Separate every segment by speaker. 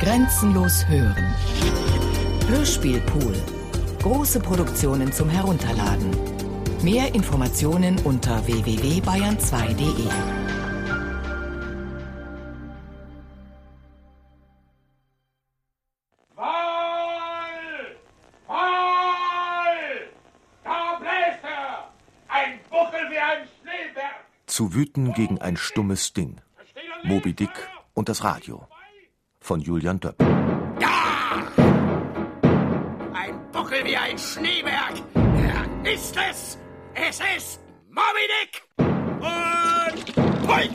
Speaker 1: Grenzenlos hören. Hörspielpool. Große Produktionen zum Herunterladen. Mehr Informationen unter www.bayern2.de.
Speaker 2: Zu wüten gegen ein stummes Ding. Moby Dick und das Radio. Von Julian Döpp.
Speaker 3: Ja! Ein Buckel wie ein Schneeberg. Er ist es. Es ist Moby Dick. Und Pult.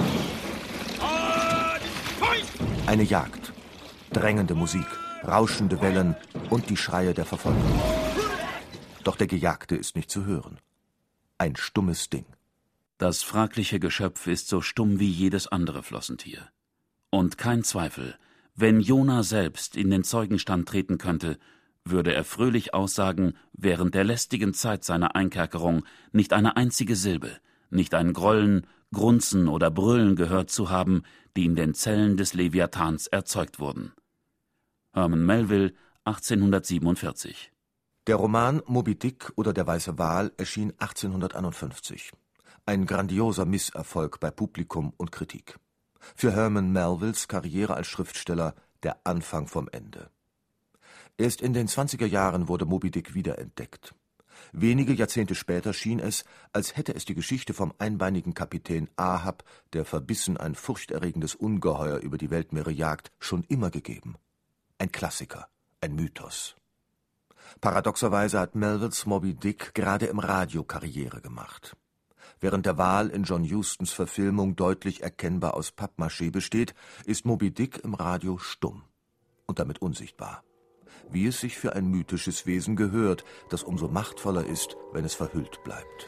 Speaker 3: Und Pult.
Speaker 2: Eine Jagd. Drängende Musik, rauschende Wellen und die Schreie der Verfolger. Doch der Gejagte ist nicht zu hören. Ein stummes Ding.
Speaker 4: Das fragliche Geschöpf ist so stumm wie jedes andere Flossentier. Und kein Zweifel, wenn Jona selbst in den Zeugenstand treten könnte, würde er fröhlich aussagen, während der lästigen Zeit seiner Einkerkerung nicht eine einzige Silbe, nicht ein Grollen, Grunzen oder Brüllen gehört zu haben, die in den Zellen des Leviathans erzeugt wurden. Herman Melville, 1847.
Speaker 2: Der Roman Moby Dick oder der weiße Wal erschien 1851. Ein grandioser Misserfolg bei Publikum und Kritik. Für Herman Melvilles Karriere als Schriftsteller der Anfang vom Ende. Erst in den 20er Jahren wurde Moby Dick wiederentdeckt. Wenige Jahrzehnte später schien es, als hätte es die Geschichte vom einbeinigen Kapitän Ahab, der verbissen ein furchterregendes Ungeheuer über die Weltmeere jagt, schon immer gegeben. Ein Klassiker, ein Mythos. Paradoxerweise hat Melvilles Moby Dick gerade im Radio Karriere gemacht. Während der Wal in John Hustons Verfilmung deutlich erkennbar aus Pappmaché besteht, ist Moby Dick im Radio stumm und damit unsichtbar. Wie es sich für ein mythisches Wesen gehört, das umso machtvoller ist, wenn es verhüllt bleibt.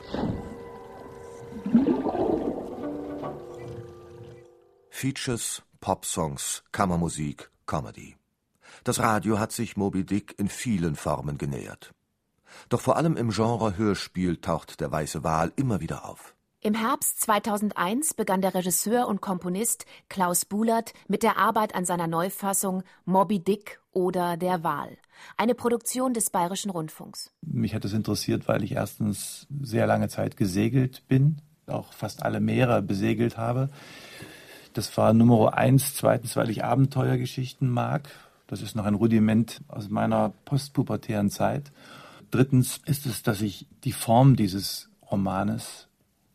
Speaker 2: Features, Popsongs, Kammermusik, Comedy. Das Radio hat sich Moby Dick in vielen Formen genähert. Doch vor allem im Genre Hörspiel taucht der weiße Wal immer wieder auf.
Speaker 5: Im Herbst 2001 begann der Regisseur und Komponist Klaus Bulert mit der Arbeit an seiner Neufassung Moby Dick oder der Wal, eine Produktion des Bayerischen Rundfunks.
Speaker 6: Mich hat es interessiert, weil ich erstens sehr lange Zeit gesegelt bin, auch fast alle Meere besegelt habe. Das war Nummer 1, zweitens, weil ich Abenteuergeschichten mag. Das ist noch ein Rudiment aus meiner postpubertären Zeit. Drittens ist es, dass ich die Form dieses Romanes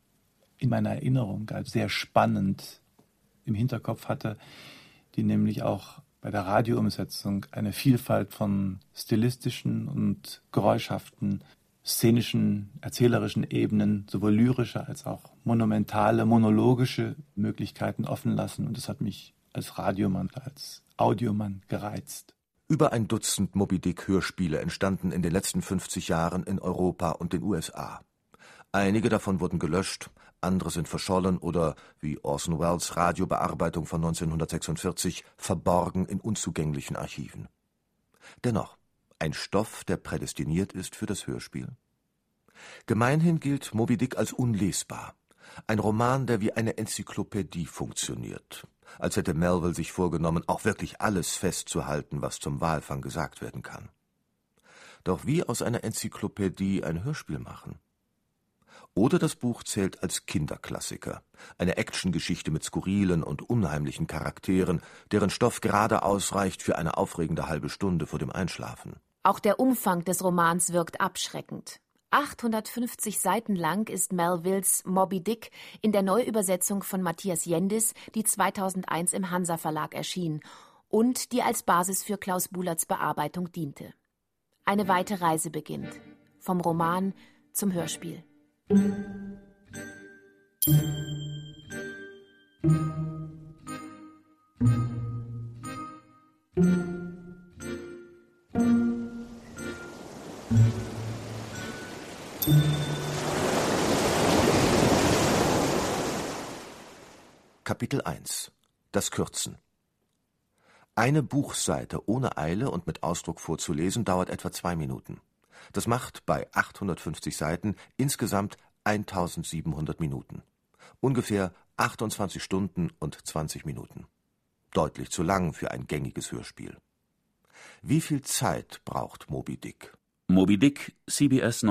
Speaker 6: in meiner Erinnerung als sehr spannend im Hinterkopf hatte, die nämlich auch bei der Radioumsetzung eine Vielfalt von stilistischen und geräuschhaften, szenischen, erzählerischen Ebenen, sowohl lyrische als auch monumentale, monologische Möglichkeiten offen lassen. Und das hat mich als Radiomann, als Audiomann gereizt.
Speaker 2: Über ein Dutzend Moby Dick-Hörspiele entstanden in den letzten 50 Jahren in Europa und den USA. Einige davon wurden gelöscht, andere sind verschollen oder, wie Orson Welles' Radiobearbeitung von 1946, verborgen in unzugänglichen Archiven. Dennoch, ein Stoff, der prädestiniert ist für das Hörspiel. Gemeinhin gilt Moby Dick als unlesbar. Ein Roman, der wie eine Enzyklopädie funktioniert. Als hätte Melville sich vorgenommen, auch wirklich alles festzuhalten, was zum Walfang gesagt werden kann. Doch wie aus einer Enzyklopädie ein Hörspiel machen? Oder das Buch zählt als Kinderklassiker, eine Actiongeschichte mit skurrilen und unheimlichen Charakteren, deren Stoff gerade ausreicht für eine aufregende halbe Stunde vor dem Einschlafen.
Speaker 5: Auch der Umfang des Romans wirkt abschreckend. 850 Seiten lang ist Melvilles Moby Dick in der Neuübersetzung von Matthias Jendis, die 2001 im Hansa Verlag erschien und die als Basis für Klaus Bulerts Bearbeitung diente. Eine weite Reise beginnt, vom Roman zum Hörspiel.
Speaker 2: Kapitel 1 – Das Kürzen. Eine Buchseite ohne Eile und mit Ausdruck vorzulesen dauert etwa 2 Minuten. Das macht bei 850 Seiten insgesamt 1700 Minuten. Ungefähr 28 Stunden und 20 Minuten. Deutlich zu lang für ein gängiges Hörspiel. Wie viel Zeit braucht Moby Dick?
Speaker 4: Moby Dick, CBS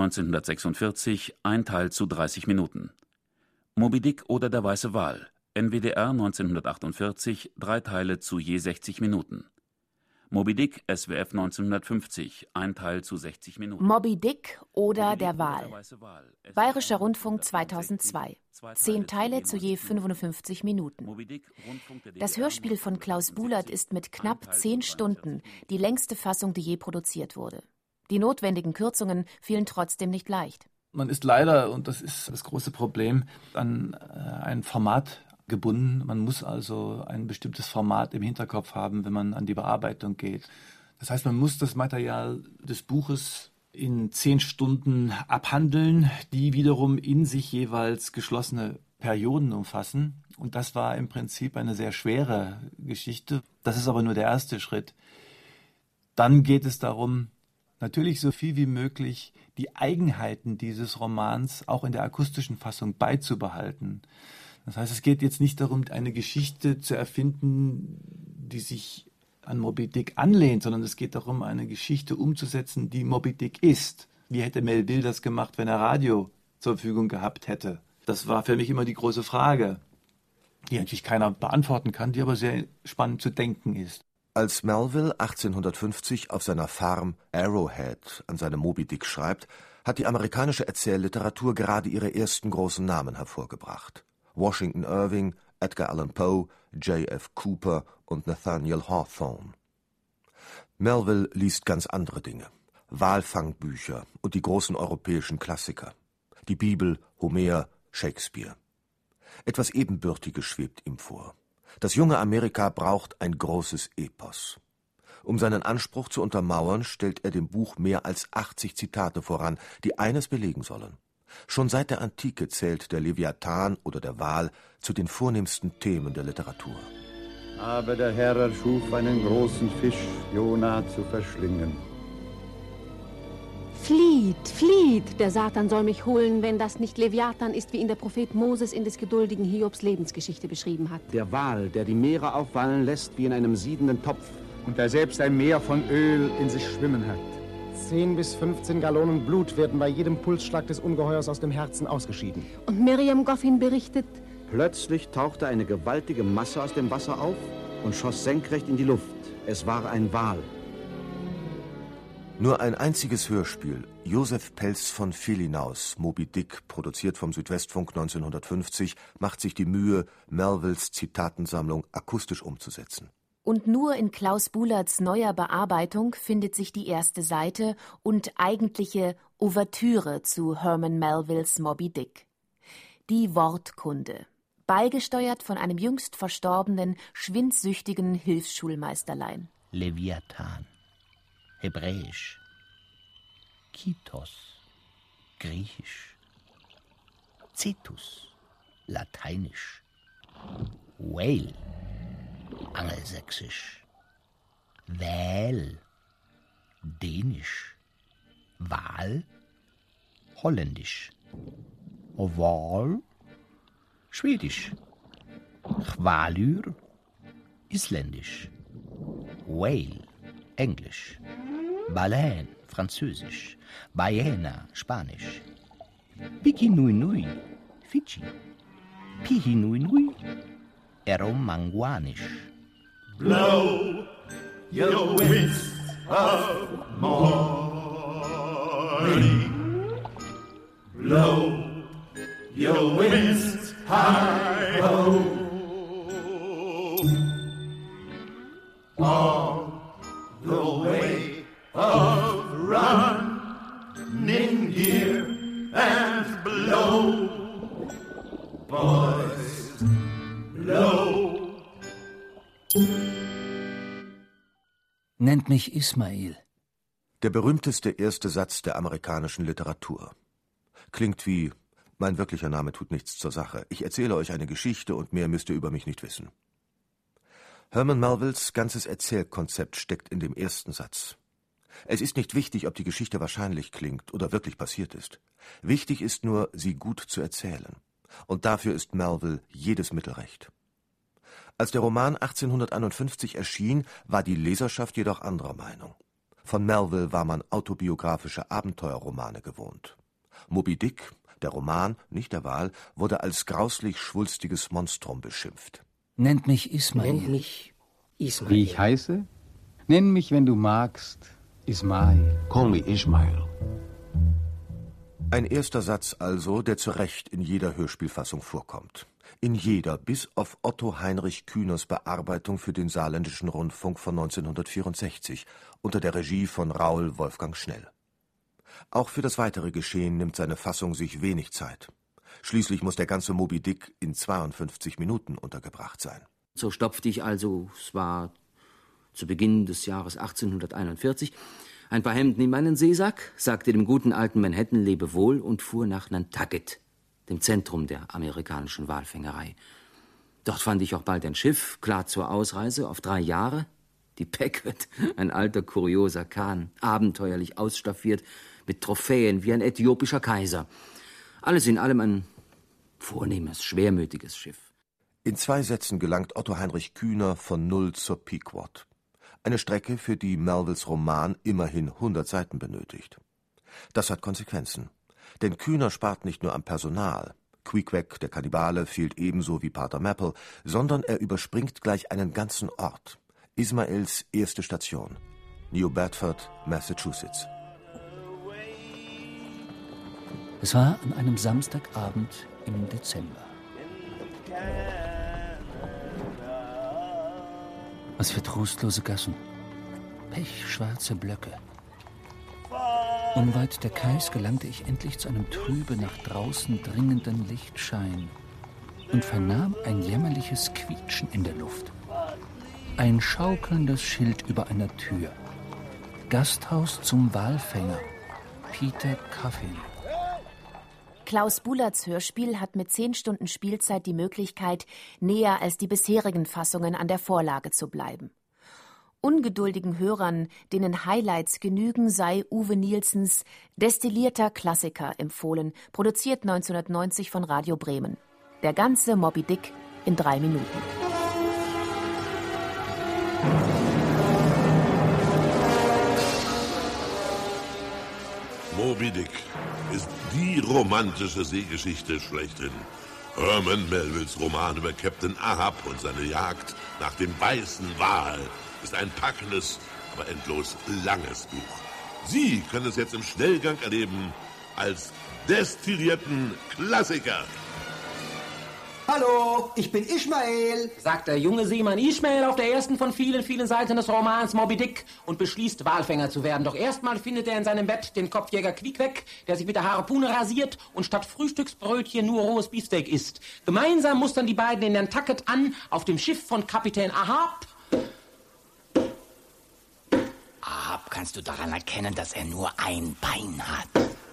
Speaker 4: 1946, ein Teil zu 30 Minuten. Moby Dick oder der weiße Wal, NWDR 1948, 3 Teile zu je 60 Minuten. Moby Dick, SWF 1950, ein Teil zu 60 Minuten.
Speaker 5: Moby Dick oder der Wal. Bayerischer Rundfunk 2002. 10 Teile zu je 55 Minuten. Das Hörspiel von Klaus Bulert ist mit knapp 10 Stunden die längste Fassung, die je produziert wurde. Die notwendigen Kürzungen fielen trotzdem nicht leicht.
Speaker 6: Man ist leider, und das ist das große Problem, an ein Format gebunden. Man muss also ein bestimmtes Format im Hinterkopf haben, wenn man an die Bearbeitung geht. Das heißt, man muss das Material des Buches in 10 Stunden abhandeln, die wiederum in sich jeweils geschlossene Perioden umfassen. Und das war im Prinzip eine sehr schwere Geschichte. Das ist aber nur der erste Schritt. Dann geht es darum, natürlich so viel wie möglich die Eigenheiten dieses Romans auch in der akustischen Fassung beizubehalten. Das heißt, es geht jetzt nicht darum, eine Geschichte zu erfinden, die sich an Moby Dick anlehnt, sondern es geht darum, eine Geschichte umzusetzen, die Moby Dick ist. Wie hätte Melville das gemacht, wenn er Radio zur Verfügung gehabt hätte? Das war für mich immer die große Frage, die natürlich keiner beantworten kann, die aber sehr spannend zu denken ist.
Speaker 2: Als Melville 1850 auf seiner Farm Arrowhead an seinem Moby Dick schreibt, hat die amerikanische Erzählliteratur gerade ihre ersten großen Namen hervorgebracht. Washington Irving, Edgar Allan Poe, J.F. Cooper und Nathaniel Hawthorne. Melville liest ganz andere Dinge. Walfangbücher und die großen europäischen Klassiker. Die Bibel, Homer, Shakespeare. Etwas Ebenbürtiges schwebt ihm vor. Das junge Amerika braucht ein großes Epos. Um seinen Anspruch zu untermauern, stellt er dem Buch mehr als 80 Zitate voran, die eines belegen sollen. Schon seit der Antike zählt der Leviathan oder der Wal zu den vornehmsten Themen der Literatur.
Speaker 7: Aber der Herr erschuf einen großen Fisch, Jona zu verschlingen.
Speaker 8: Flieht, flieht, der Satan soll mich holen, wenn das nicht Leviathan ist, wie ihn der Prophet Moses in des geduldigen Hiobs Lebensgeschichte beschrieben hat.
Speaker 9: Der Wal, der die Meere aufwallen lässt wie in einem siedenden Topf.
Speaker 10: Und der selbst ein Meer von Öl in sich schwimmen hat.
Speaker 11: 10 bis 15 Gallonen Blut werden bei jedem Pulsschlag des Ungeheuers aus dem Herzen ausgeschieden.
Speaker 8: Und Miriam Goffin berichtet:
Speaker 9: Plötzlich tauchte eine gewaltige Masse aus dem Wasser auf und schoss senkrecht in die Luft. Es war ein Wal.
Speaker 2: Nur ein einziges Hörspiel, Josef Pelz von Vilinaus, Moby Dick, produziert vom Südwestfunk 1950, macht sich die Mühe, Melvilles Zitatensammlung akustisch umzusetzen.
Speaker 5: Und nur in Klaus Bulerts neuer Bearbeitung findet sich die erste Seite und eigentliche Ouvertüre zu Herman Melvilles Moby Dick. Die Wortkunde, beigesteuert von einem jüngst verstorbenen, schwindsüchtigen Hilfsschulmeisterlein.
Speaker 12: Leviathan, Hebräisch, Kitos, Griechisch, Cetus, Lateinisch, Whale, Angelsächsisch, Wäl, Dänisch, Wal, Holländisch, Oval, Schwedisch, Chwalür, Isländisch, Whale, Englisch, Baleine, Französisch, Ballena, Spanisch, Pikinuinui, Fidschi, Pihinuinui, Eromanguanisch.
Speaker 13: Blow your winds of morning. Blow your winds high ho. All the way of running here and blow, boys, blow.
Speaker 14: Nennt mich Ismail.
Speaker 2: Der berühmteste erste Satz der amerikanischen Literatur. Klingt wie: Mein wirklicher Name tut nichts zur Sache. Ich erzähle euch eine Geschichte und mehr müsst ihr über mich nicht wissen. Herman Melvilles ganzes Erzählkonzept steckt in dem ersten Satz. Es ist nicht wichtig, ob die Geschichte wahrscheinlich klingt oder wirklich passiert ist. Wichtig ist nur, sie gut zu erzählen. Und dafür ist Melville jedes Mittel recht. Als der Roman 1851 erschien, war die Leserschaft jedoch anderer Meinung. Von Melville war man autobiografische Abenteuerromane gewohnt. Moby Dick, der Roman, nicht der Wal, wurde als grauslich schwulstiges Monstrum beschimpft.
Speaker 14: Nennt mich Ismail.
Speaker 15: Nennt mich Ismail.
Speaker 10: Wie ich heiße? Nenn mich, wenn du magst, Ismail.
Speaker 16: Call me Ismail.
Speaker 2: Ein erster Satz also, der zu Recht in jeder Hörspielfassung vorkommt. In jeder, bis auf Otto Heinrich Kühners Bearbeitung für den Saarländischen Rundfunk von 1964 unter der Regie von Raoul Wolfgang Schnell. Auch für das weitere Geschehen nimmt seine Fassung sich wenig Zeit. Schließlich muss der ganze Moby Dick in 52 Minuten untergebracht sein.
Speaker 15: So stopfte ich also, es war zu Beginn des Jahres 1841, ein paar Hemden in meinen Seesack, sagte dem guten alten Manhattan Lebewohl und fuhr nach Nantucket, dem Zentrum der amerikanischen Walfängerei. Dort fand ich auch bald ein Schiff, klar zur Ausreise, auf 3 Jahre. Die Packet, ein alter, kurioser Kahn, abenteuerlich ausstaffiert, mit Trophäen wie ein äthiopischer Kaiser. Alles in allem ein vornehmes, schwermütiges Schiff.
Speaker 2: In 2 Sätzen gelangt Otto Heinrich Kühner von Null zur Pequod. Eine Strecke, für die Melvilles Roman immerhin 100 Seiten benötigt. Das hat Konsequenzen. Denn Kühner spart nicht nur am Personal. Queequeg, der Kannibale, fehlt ebenso wie Pater Maple, sondern er überspringt gleich einen ganzen Ort. Ismails erste Station, New Bedford, Massachusetts.
Speaker 14: Es war an einem Samstagabend im Dezember. Was für trostlose Gassen, pechschwarze Blöcke. Unweit der Kais gelangte ich endlich zu einem trübe, nach draußen dringenden Lichtschein und vernahm ein jämmerliches Quietschen in der Luft. Ein schaukelndes Schild über einer Tür. Gasthaus zum Walfänger. Peter Coffin.
Speaker 5: Klaus Bulatz Hörspiel hat mit 10 Stunden Spielzeit die Möglichkeit, näher als die bisherigen Fassungen an der Vorlage zu bleiben. Ungeduldigen Hörern, denen Highlights genügen, sei Uwe Nielsens Destillierter Klassiker empfohlen, produziert 1990 von Radio Bremen. Der ganze Moby Dick in 3 Minuten.
Speaker 17: Moby Dick ist die romantische Seegeschichte schlechthin. Herman Melvilles Roman über Captain Ahab und seine Jagd nach dem weißen Wal ist ein packendes, aber endlos langes Buch. Sie können es jetzt im Schnellgang erleben als destillierten Klassiker.
Speaker 18: Hallo, ich bin Ismail,
Speaker 19: sagt der junge Seemann Ismail auf der ersten von vielen, vielen Seiten des Romans Moby Dick und beschließt, Walfänger zu werden. Doch erstmal findet er in seinem Bett den Kopfjäger Queequeg, der sich mit der Harpune rasiert und statt Frühstücksbrötchen nur rohes Beefsteak isst. Gemeinsam mustern die beiden in Nantucket an, auf dem Schiff von Kapitän Ahab.
Speaker 12: Ahab kannst du daran erkennen, dass er nur ein Bein hat.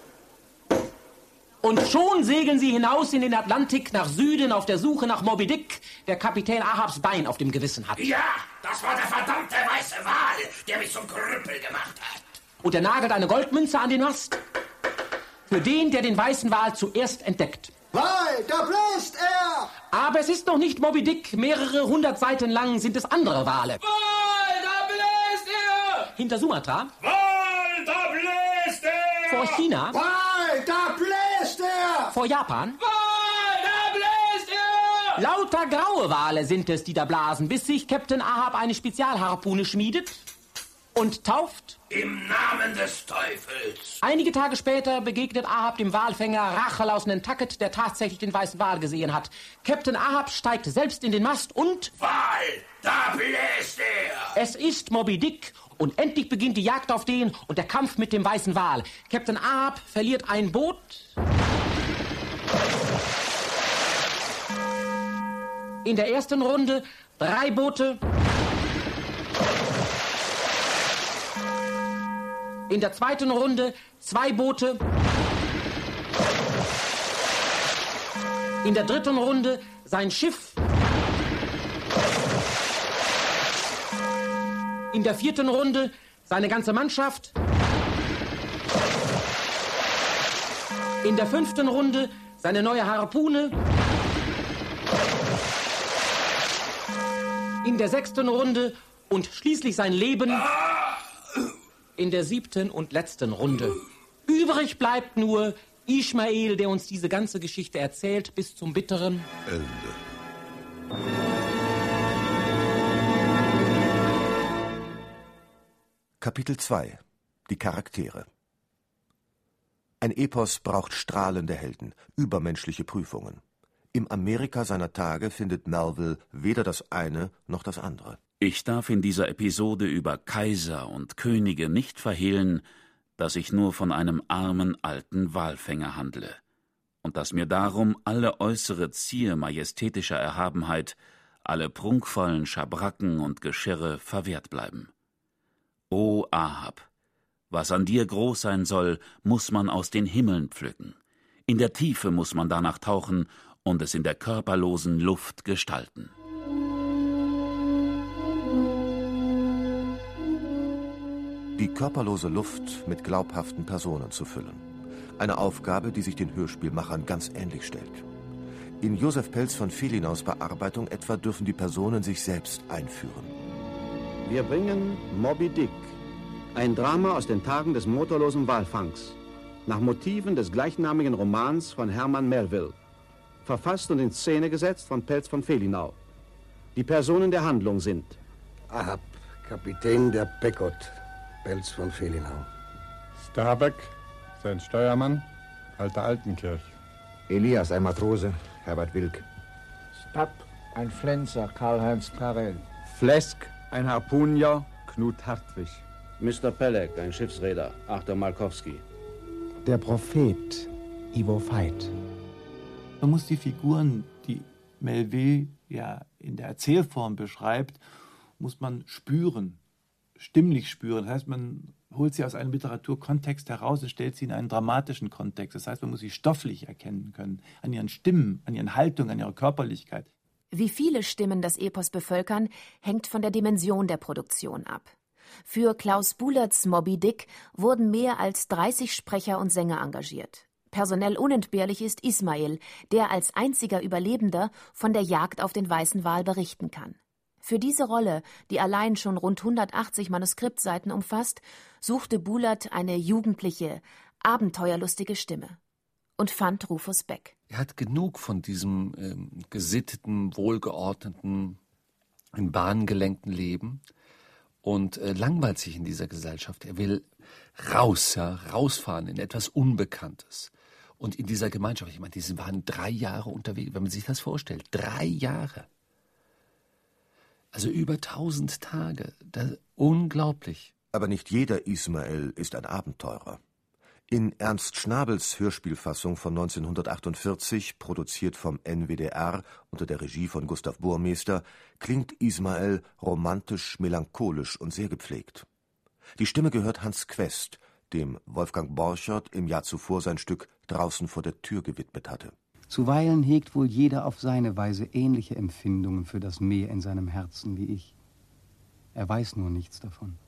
Speaker 19: Und schon segeln sie hinaus in den Atlantik nach Süden auf der Suche nach Moby Dick, der Kapitän Ahabs Bein auf dem Gewissen hat.
Speaker 3: Ja, das war der verdammte weiße Wal, der mich zum Krüppel gemacht hat.
Speaker 19: Und er nagelt eine Goldmünze an den Mast. Für den, der den weißen Wal zuerst entdeckt.
Speaker 18: Wal, da bläst er!
Speaker 19: Aber es ist noch nicht Moby Dick. Mehrere 100 Seiten lang sind es andere Wale.
Speaker 3: Wal, da bläst er!
Speaker 19: Hinter Sumatra.
Speaker 3: Wal, da bläst er!
Speaker 19: Vor China.
Speaker 18: Wal, da bläst er!
Speaker 19: Vor Japan.
Speaker 3: Wal, da bläst er!
Speaker 19: Lauter graue Wale sind es, die da blasen, bis sich Captain Ahab eine Spezialharpune schmiedet und tauft.
Speaker 3: Im Namen des Teufels.
Speaker 19: Einige Tage später begegnet Ahab dem Walfänger Rachel aus Nantucket, der tatsächlich den weißen Wal gesehen hat. Captain Ahab steigt selbst in den Mast und...
Speaker 3: Wal, da bläst er!
Speaker 19: Es ist Moby Dick und endlich beginnt die Jagd auf den und der Kampf mit dem weißen Wal. Captain Ahab verliert ein Boot... In der ersten Runde 3 Boote... In der zweiten Runde 2 Boote. In der dritten Runde sein Schiff. In der vierten Runde seine ganze Mannschaft. In der 5. Runde seine neue Harpune. in der 6. Runde und schließlich sein Leben in der 7. und letzten Runde. Übrig bleibt nur Ismael, der uns diese ganze Geschichte erzählt, bis zum bitteren
Speaker 17: Ende.
Speaker 2: Kapitel 2 – Die Charaktere. Ein Epos braucht strahlende Helden, übermenschliche Prüfungen. Im Amerika seiner Tage findet Melville weder das eine noch das andere.
Speaker 4: Ich darf in dieser Episode über Kaiser und Könige nicht verhehlen, dass ich nur von einem armen alten Walfänger handle und dass mir darum alle äußere Zier majestätischer Erhabenheit, alle prunkvollen Schabracken und Geschirre verwehrt bleiben. O Ahab, was an dir groß sein soll, muß man aus den Himmeln pflücken. In der Tiefe muß man danach tauchen und es in der körperlosen Luft gestalten.
Speaker 2: Die körperlose Luft mit glaubhaften Personen zu füllen. Eine Aufgabe, die sich den Hörspielmachern ganz ähnlich stellt. In Josef Pelz von Felinaus Bearbeitung etwa dürfen die Personen sich selbst einführen.
Speaker 9: Wir bringen Moby Dick, ein Drama aus den Tagen des motorlosen Walfangs, nach Motiven des gleichnamigen Romans von Herman Melville, verfasst und in Szene gesetzt von Pelz von Felinau. Die Personen der Handlung sind
Speaker 16: Ahab, Kapitän der Pequod, Pelz von Felinau.
Speaker 10: Starbeck, sein Steuermann, Alter Altenkirch.
Speaker 16: Elias, ein Matrose, Herbert Wilk.
Speaker 20: Stapp, ein Pflänzer, Karl-Heinz Karel.
Speaker 10: Flesk, ein Harpunier, Knut Hartwig.
Speaker 9: Mr. Pelek, ein Schiffsräder, Arthur Malkowski.
Speaker 11: Der Prophet, Ivo Veit.
Speaker 6: Man muss die Figuren, die Melville ja in der Erzählform beschreibt, muss man spüren, stimmlich spüren. Das heißt, man holt sie aus einem Literaturkontext heraus und stellt sie in einen dramatischen Kontext. Das heißt, man muss sie stofflich erkennen können, an ihren Stimmen, an ihren Haltungen, an ihrer Körperlichkeit.
Speaker 5: Wie viele Stimmen das Epos bevölkern, hängt von der Dimension der Produktion ab. Für Klaus Buhlerts Moby Dick wurden mehr als 30 Sprecher und Sänger engagiert. Personell unentbehrlich ist Ismael, der als einziger Überlebender von der Jagd auf den weißen Wal berichten kann. Für diese Rolle, die allein schon rund 180 Manuskriptseiten umfasst, suchte Buhlert eine jugendliche, abenteuerlustige Stimme und fand Rufus Beck.
Speaker 21: Er hat genug von diesem gesitteten, wohlgeordneten, in Bahnen gelenkten Leben und langweilt sich in dieser Gesellschaft. Er will rausfahren in etwas Unbekanntes. Und in dieser Gemeinschaft, ich meine, die waren 3 Jahre unterwegs, wenn man sich das vorstellt, 3 Jahre. Also über 1000 Tage, unglaublich.
Speaker 2: Aber nicht jeder Ismael ist ein Abenteurer. In Ernst Schnabels Hörspielfassung von 1948, produziert vom NWDR unter der Regie von Gustav Burmester, klingt Ismael romantisch, melancholisch und sehr gepflegt. Die Stimme gehört Hans Quest, dem Wolfgang Borchert im Jahr zuvor sein Stück Draußen vor der Tür gewidmet hatte.
Speaker 22: Zuweilen hegt wohl jeder auf seine Weise ähnliche Empfindungen für das Meer in seinem Herzen wie ich. Er weiß nur nichts davon.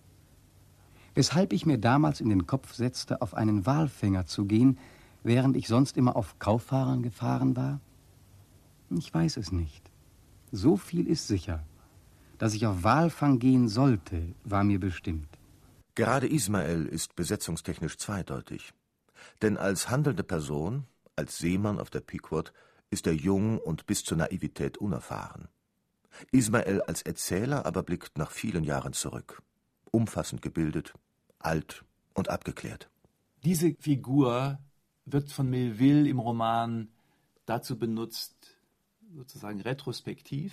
Speaker 22: Weshalb ich mir damals in den Kopf setzte, auf einen Walfänger zu gehen, während ich sonst immer auf Kauffahrern gefahren war? Ich weiß es nicht. So viel ist sicher. Dass ich auf Walfang gehen sollte, war mir bestimmt.
Speaker 2: Gerade Ismael ist besetzungstechnisch zweideutig. Denn als handelnde Person, als Seemann auf der Pequod, ist er jung und bis zur Naivität unerfahren. Ismael als Erzähler aber blickt nach vielen Jahren zurück. Umfassend gebildet, alt und abgeklärt.
Speaker 6: Diese Figur wird von Melville im Roman dazu benutzt, sozusagen retrospektiv,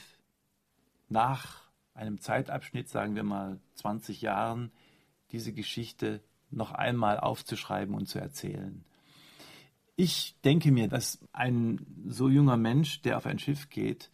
Speaker 6: nach einem Zeitabschnitt, sagen wir mal 20 Jahren, diese Geschichte noch einmal aufzuschreiben und zu erzählen. Ich denke mir, dass ein so junger Mensch, der auf ein Schiff geht,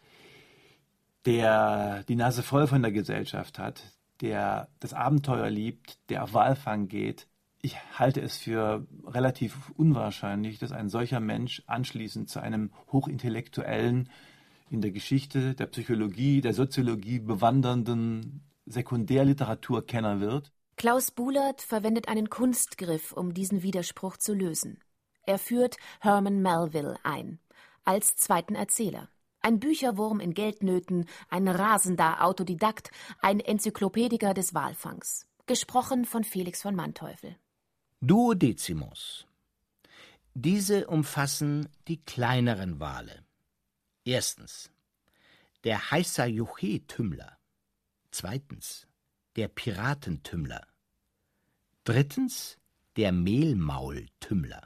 Speaker 6: der die Nase voll von der Gesellschaft hat, der das Abenteuer liebt, der auf Walfang geht, ich halte es für relativ unwahrscheinlich, dass ein solcher Mensch anschließend zu einem hochintellektuellen, in der Geschichte, der Psychologie, der Soziologie bewandernden Sekundärliteraturkenner wird.
Speaker 5: Klaus Buhlert verwendet einen Kunstgriff, um diesen Widerspruch zu lösen. Er führt Herman Melville ein, als zweiten Erzähler. Ein Bücherwurm in Geldnöten, ein rasender Autodidakt, ein Enzyklopädiker des Walfangs. Gesprochen von Felix von Manteuffel.
Speaker 1: Duodecimus. Diese umfassen die kleineren Wale. Erstens der Heißer-Juche-Tümmler. Zweitens der Piratentümmler. Drittens der Mehlmaultümmler.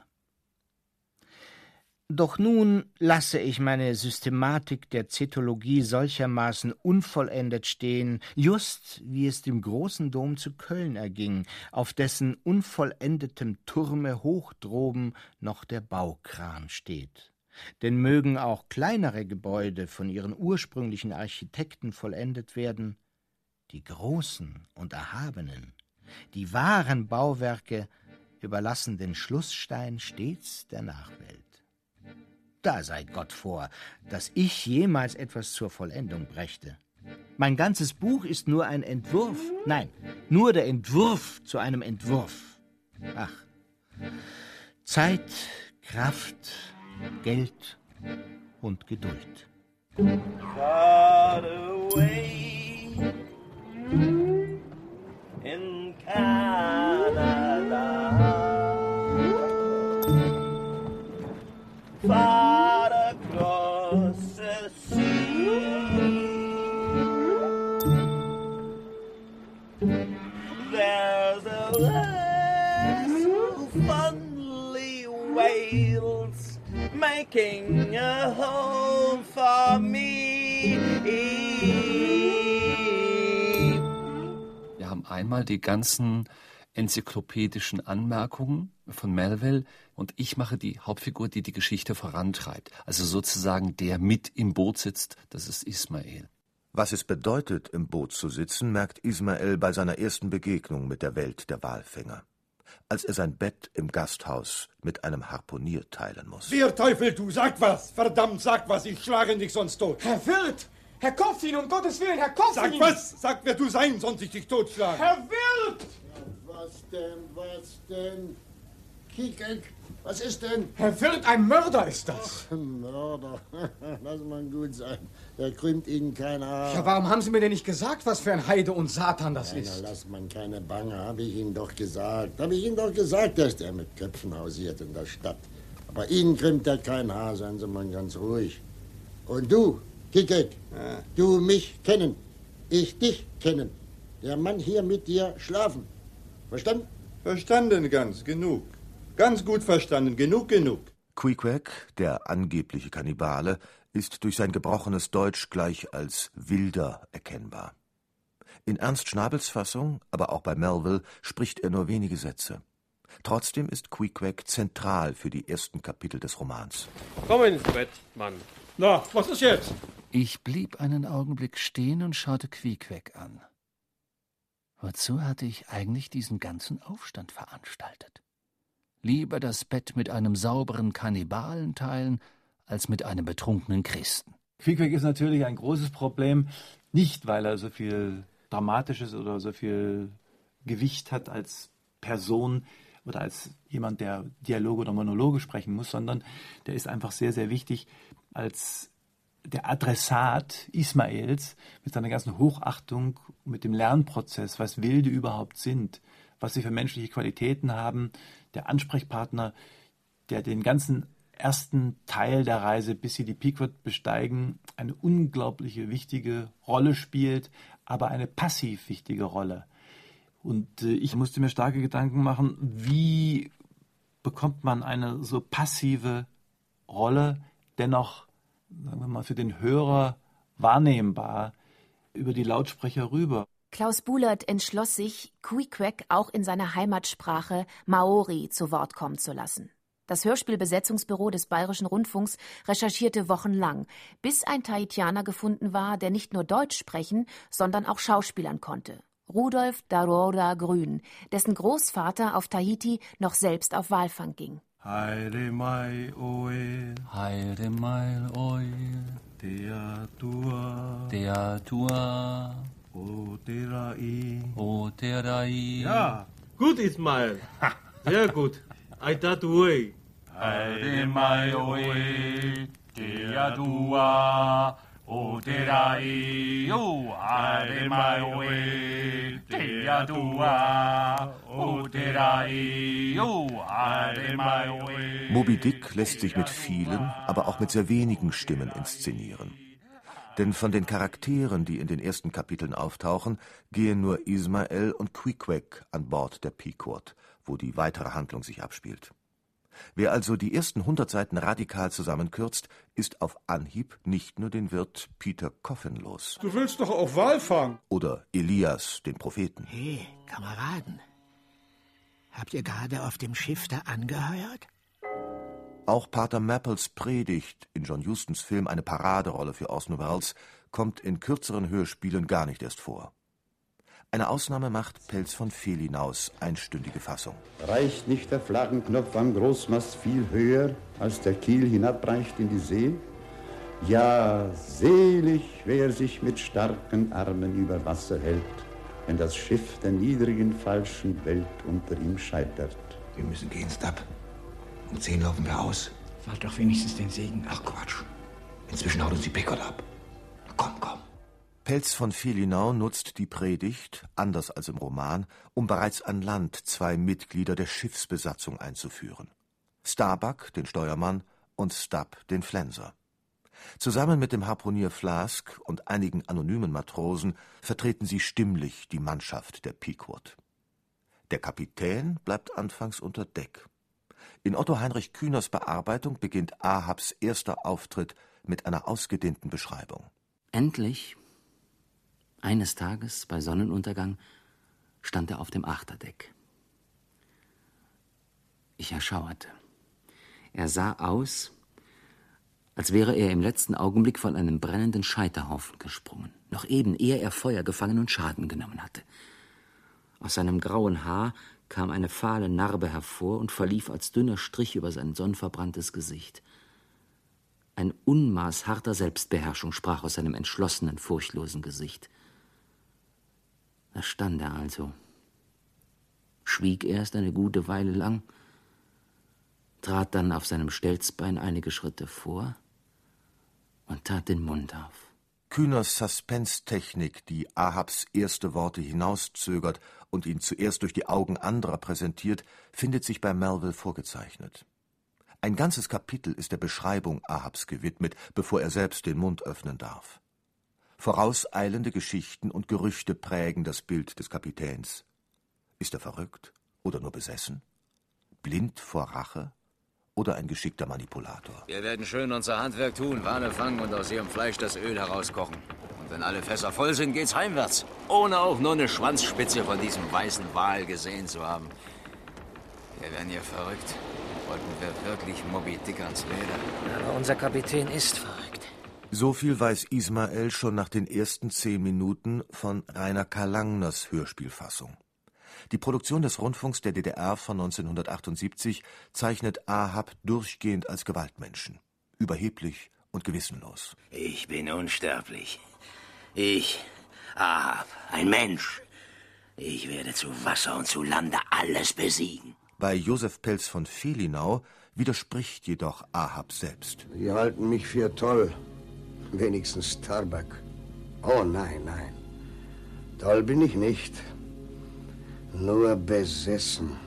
Speaker 1: Doch nun lasse ich meine Systematik der Zetologie solchermaßen unvollendet stehen, just wie es dem großen Dom zu Köln erging, auf dessen unvollendetem Turme hoch droben noch der Baukran steht. Denn mögen auch kleinere Gebäude von ihren ursprünglichen Architekten vollendet werden, die großen und erhabenen, die wahren Bauwerke überlassen den Schlussstein stets der Nachwelt. Da sei Gott vor, dass ich jemals etwas zur Vollendung brächte. Mein ganzes Buch ist nur ein Entwurf, nein, nur der Entwurf zu einem Entwurf. Ach, Zeit, Kraft, Geld und Geduld.
Speaker 13: Far away in Canada, far across the sea, there's a vessel fondly wails, making a home for me.
Speaker 21: Wir haben einmal die ganzen enzyklopädischen Anmerkungen von Melville und ich mache die Hauptfigur, die die Geschichte vorantreibt. Also sozusagen der mit im Boot sitzt, das ist Ismael.
Speaker 2: Was es bedeutet, im Boot zu sitzen, merkt Ismael bei seiner ersten Begegnung mit der Welt der Walfänger. Als er sein Bett im Gasthaus mit einem Harpunier teilen muss.
Speaker 18: Wer Teufel, du, sag was! Verdammt, sag was, ich schlage dich sonst tot.
Speaker 7: Herr Wirt! Herr Koffin, um Gottes Willen, Herr Koffin!
Speaker 18: Sag was! Sag, wer du sein, sonst ich dich totschlage.
Speaker 7: Herr Wirt!
Speaker 16: Was denn? Kiekeck, was ist denn?
Speaker 7: Herr Wirt, ein Mörder ist das.
Speaker 16: Ach, Mörder, lass mal gut sein. Der krümmt Ihnen keine Haare.
Speaker 7: Ja, warum haben Sie mir denn nicht gesagt, was für ein Heide und Satan das ist?
Speaker 16: Na, lass man keine Bange, habe ich Ihnen doch gesagt. Habe ich Ihnen doch gesagt, dass der mit Köpfen hausiert in der Stadt. Aber Ihnen krümmt er kein Haar, seien Sie mal ganz ruhig. Und du, Kiekeck, du mich kennen, ich dich kennen. Der Mann hier mit dir schlafen. Verstanden?
Speaker 10: Verstanden ganz, genug. Ganz gut verstanden, genug.
Speaker 2: Queequeg, der angebliche Kannibale, ist durch sein gebrochenes Deutsch gleich als wilder erkennbar. In Ernst Schnabels Fassung, aber auch bei Melville, spricht er nur wenige Sätze. Trotzdem ist Queequeg zentral für die ersten Kapitel des Romans.
Speaker 23: Komm ins Bett, Mann.
Speaker 18: Na, was ist jetzt?
Speaker 14: Ich blieb einen Augenblick stehen und schaute Queequeg an. Wozu hatte ich eigentlich diesen ganzen Aufstand veranstaltet? Lieber das Bett mit einem sauberen Kannibalen teilen, als mit einem betrunkenen Christen.
Speaker 6: Queequeg ist natürlich ein großes Problem, nicht weil er so viel Dramatisches oder so viel Gewicht hat als Person oder als jemand, der Dialoge oder Monologe sprechen muss, sondern der ist einfach sehr, sehr wichtig als der Adressat Ismaels mit seiner ganzen Hochachtung, mit dem Lernprozess, was Wilde überhaupt sind, was sie für menschliche Qualitäten haben, der Ansprechpartner, der den ganzen ersten Teil der Reise, bis sie die Pequod besteigen, eine unglaubliche wichtige Rolle spielt, aber eine passiv wichtige Rolle. Und ich musste mir starke Gedanken machen, wie bekommt man eine so passive Rolle dennoch, sagen wir mal, für den Hörer wahrnehmbar über die Lautsprecher rüber.
Speaker 5: Klaus Buhlert entschloss sich, Queequeg auch in seiner Heimatsprache Maori zu Wort kommen zu lassen. Das Hörspielbesetzungsbüro des Bayerischen Rundfunks recherchierte wochenlang, bis ein Tahitianer gefunden war, der nicht nur Deutsch sprechen, sondern auch schauspielern konnte. Rudolf Daroda Grün, dessen Großvater auf Tahiti noch selbst auf Walfang ging.
Speaker 13: Haere mai oe,
Speaker 14: Haere mai oe,
Speaker 13: Tea tua,
Speaker 14: Tea tua,
Speaker 13: O terai.
Speaker 14: O terai.
Speaker 23: Ja, gut, Ismael. Sehr gut. Aita tuoi.
Speaker 13: Haere mai oe, Teadua, o terai, o are mai oe. Teadua, o terai, o are mai oe.
Speaker 2: Moby Dick lässt sich mit vielen, aber auch mit sehr wenigen Stimmen inszenieren. Denn von den Charakteren, die in den ersten Kapiteln auftauchen, gehen nur Ismael und Queequeg an Bord der Pequod, wo die weitere Handlung sich abspielt. Wer also die ersten 100 Seiten radikal zusammenkürzt, ist auf Anhieb nicht nur den Wirt Peter Coffin los.
Speaker 18: Du willst doch auch Walfang.
Speaker 2: Oder Elias, den Propheten.
Speaker 8: Hey, Kameraden, habt ihr gerade auf dem Schiff da angeheuert?
Speaker 2: Auch Pater Mapples Predigt, in John Hustons Film eine Paraderolle für Orson Welles, kommt in kürzeren Hörspielen gar nicht erst vor. Eine Ausnahme macht Pelz von Felinaus einstündige Fassung.
Speaker 9: Reicht nicht der Flaggenknopf am Großmast viel höher, als der Kiel hinabreicht in die See? Ja, selig, wer sich mit starken Armen über Wasser hält, wenn das Schiff der niedrigen, falschen Welt unter ihm scheitert.
Speaker 3: Wir müssen gehen, Stab. Um 10 laufen wir aus.
Speaker 8: Fahrt doch wenigstens den Segen.
Speaker 3: Ach Quatsch. Inzwischen haut uns die Pequod ab. Komm.
Speaker 2: Pelz von Felinau nutzt die Predigt, anders als im Roman, um bereits an Land 2 Mitglieder der Schiffsbesatzung einzuführen. Starbuck, den Steuermann, und Stubb, den Flenser. Zusammen mit dem Harpunier Flask und einigen anonymen Matrosen vertreten sie stimmlich die Mannschaft der Pequod. Der Kapitän bleibt anfangs unter Deck. In Otto Heinrich Kühners Bearbeitung beginnt Ahabs erster Auftritt mit einer ausgedehnten Beschreibung.
Speaker 12: Endlich, eines Tages bei Sonnenuntergang, stand er auf dem Achterdeck. Ich erschauerte. Er sah aus, als wäre er im letzten Augenblick von einem brennenden Scheiterhaufen gesprungen, noch eben, ehe er Feuer gefangen und Schaden genommen hatte. Aus seinem grauen Haar kam eine fahle Narbe hervor und verlief als dünner Strich über sein sonnverbranntes Gesicht. Ein Unmaß harter Selbstbeherrschung sprach aus seinem entschlossenen, furchtlosen Gesicht. Da stand er also, schwieg erst eine gute Weile lang, trat dann auf seinem Stelzbein einige Schritte vor und tat den Mund auf.
Speaker 2: Kühners Suspense-Technik, die Ahabs erste Worte hinauszögert und ihn zuerst durch die Augen anderer präsentiert, findet sich bei Melville vorgezeichnet. Ein ganzes Kapitel ist der Beschreibung Ahabs gewidmet, bevor er selbst den Mund öffnen darf. Vorauseilende Geschichten und Gerüchte prägen das Bild des Kapitäns. Ist er verrückt oder nur besessen? Blind vor Rache oder ein geschickter Manipulator?
Speaker 15: Wir werden schön unser Handwerk tun, Wale fangen und aus ihrem Fleisch das Öl herauskochen. Und wenn alle Fässer voll sind, geht's heimwärts. Ohne auch nur eine Schwanzspitze von diesem weißen Wal gesehen zu haben. Wir werden hier verrückt. Wollten wir wirklich Moby Dick ans Leder?
Speaker 8: Aber unser Kapitän ist verrückt.
Speaker 2: So viel weiß Ismael schon nach den ersten 10 Minuten von Rainer Karl Langners Hörspielfassung. Die Produktion des Rundfunks der DDR von 1978 zeichnet Ahab durchgehend als Gewaltmenschen, überheblich und gewissenlos.
Speaker 8: Ich bin unsterblich. Ich, Ahab, ein Mensch. Ich werde zu Wasser und zu Lande alles besiegen.
Speaker 2: Bei Josef Pelz von Felinau widerspricht jedoch Ahab selbst.
Speaker 16: Sie halten mich für toll. Wenigstens Starbuck. Oh nein. Toll bin ich nicht. Nur besessen.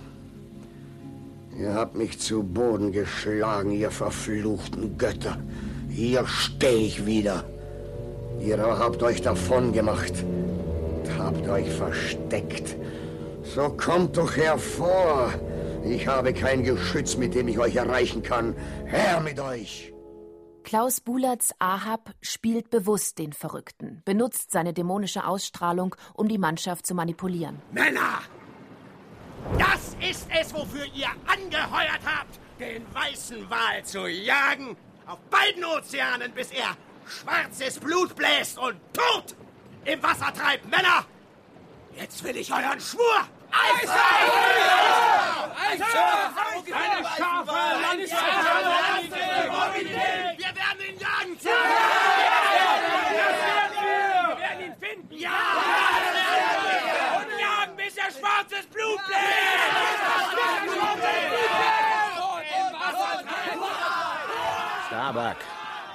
Speaker 16: Ihr habt mich zu Boden geschlagen, ihr verfluchten Götter. Hier stehe ich wieder. Ihr habt euch davon gemacht. Habt euch versteckt. So kommt doch hervor. Ich habe kein Geschütz, mit dem ich euch erreichen kann. Her mit euch!
Speaker 5: Klaus Bulatz Ahab spielt bewusst den Verrückten, benutzt seine dämonische Ausstrahlung, um die Mannschaft zu manipulieren.
Speaker 3: Männer! Das ist es, wofür ihr angeheuert habt, den weißen Wal zu jagen, auf beiden Ozeanen, bis er schwarzes Blut bläst und tot im Wasser treibt. Männer, jetzt will ich euren Schwur!
Speaker 13: Eine scharfe Lanze!
Speaker 3: Wir werden ihn jagen!
Speaker 13: Wir werden ihn finden!
Speaker 3: Ja!
Speaker 13: Und jagen, bis er schwarzes Blut bläst!
Speaker 11: Starbuck,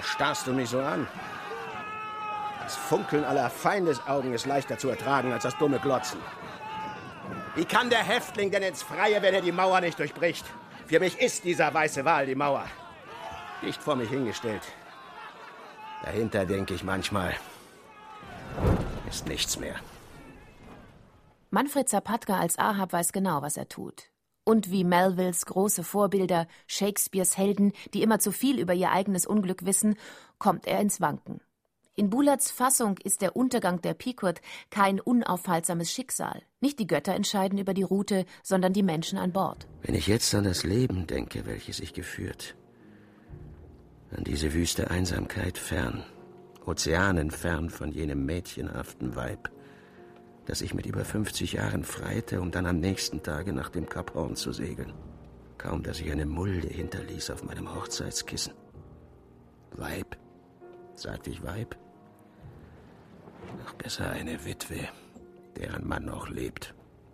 Speaker 3: starrst du mich so an? Das Funkeln aller Feindesaugen ist leichter zu ertragen als das dumme Glotzen. Wie kann der Häftling denn ins Freie, wenn er die Mauer nicht durchbricht? Für mich ist dieser weiße Wal die Mauer. Dicht vor mich hingestellt. Dahinter denke ich manchmal, ist nichts mehr.
Speaker 5: Manfred Zapatka als Ahab weiß genau, was er tut. Und wie Melvilles große Vorbilder, Shakespeares Helden, die immer zu viel über ihr eigenes Unglück wissen, kommt er ins Wanken. In Bulards Fassung ist der Untergang der Pequod kein unaufhaltsames Schicksal. Nicht die Götter entscheiden über die Route, sondern die Menschen an Bord.
Speaker 8: Wenn ich jetzt an das Leben denke, welches ich geführt, an diese wüste Einsamkeit fern, ozeanenfern von jenem mädchenhaften Weib, das ich mit über 50 Jahren freite, um dann am nächsten Tage nach dem Kap Horn zu segeln. Kaum, dass ich eine Mulde hinterließ auf meinem Hochzeitskissen. Weib? Sagte ich Weib? Noch besser eine Witwe, deren Mann noch lebt.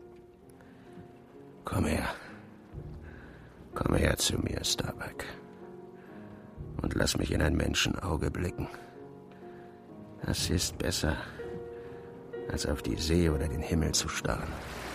Speaker 8: Komm her. Komm her zu mir, Starbuck. Und lass mich in ein Menschenauge blicken. Das ist besser, als auf die See oder den Himmel zu starren.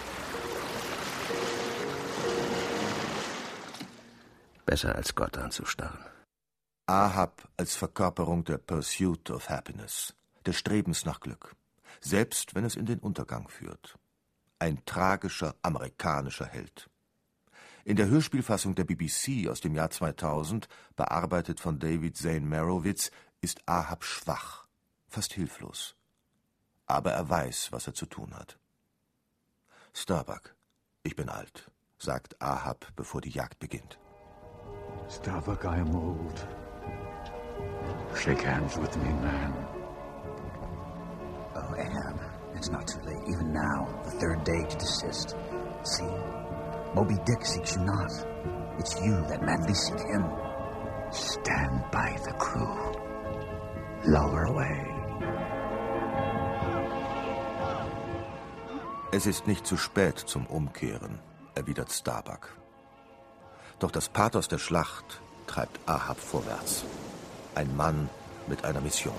Speaker 8: Besser als Gott anzustarren.
Speaker 2: Ahab als Verkörperung der Pursuit of Happiness, des Strebens nach Glück, selbst wenn es in den Untergang führt. Ein tragischer amerikanischer Held. In der Hörspielfassung der BBC aus dem Jahr 2000, bearbeitet von David Zane Merowitz, ist Ahab schwach, fast hilflos. Aber er weiß, was er zu tun hat. Starbuck, ich bin alt, sagt Ahab, bevor die Jagd beginnt.
Speaker 20: Starbuck, I am old. Shake hands with me, man.
Speaker 4: Oh, Ahab, it's not too late. Even now, the third day to desist. See, Moby Dick seeks you not. It's you that madly seek him.
Speaker 20: Stand by the crew. Lower away.
Speaker 2: Es ist nicht zu spät zum Umkehren, erwidert Starbuck. Doch das Pathos der Schlacht treibt Ahab vorwärts. Ein Mann mit einer Mission.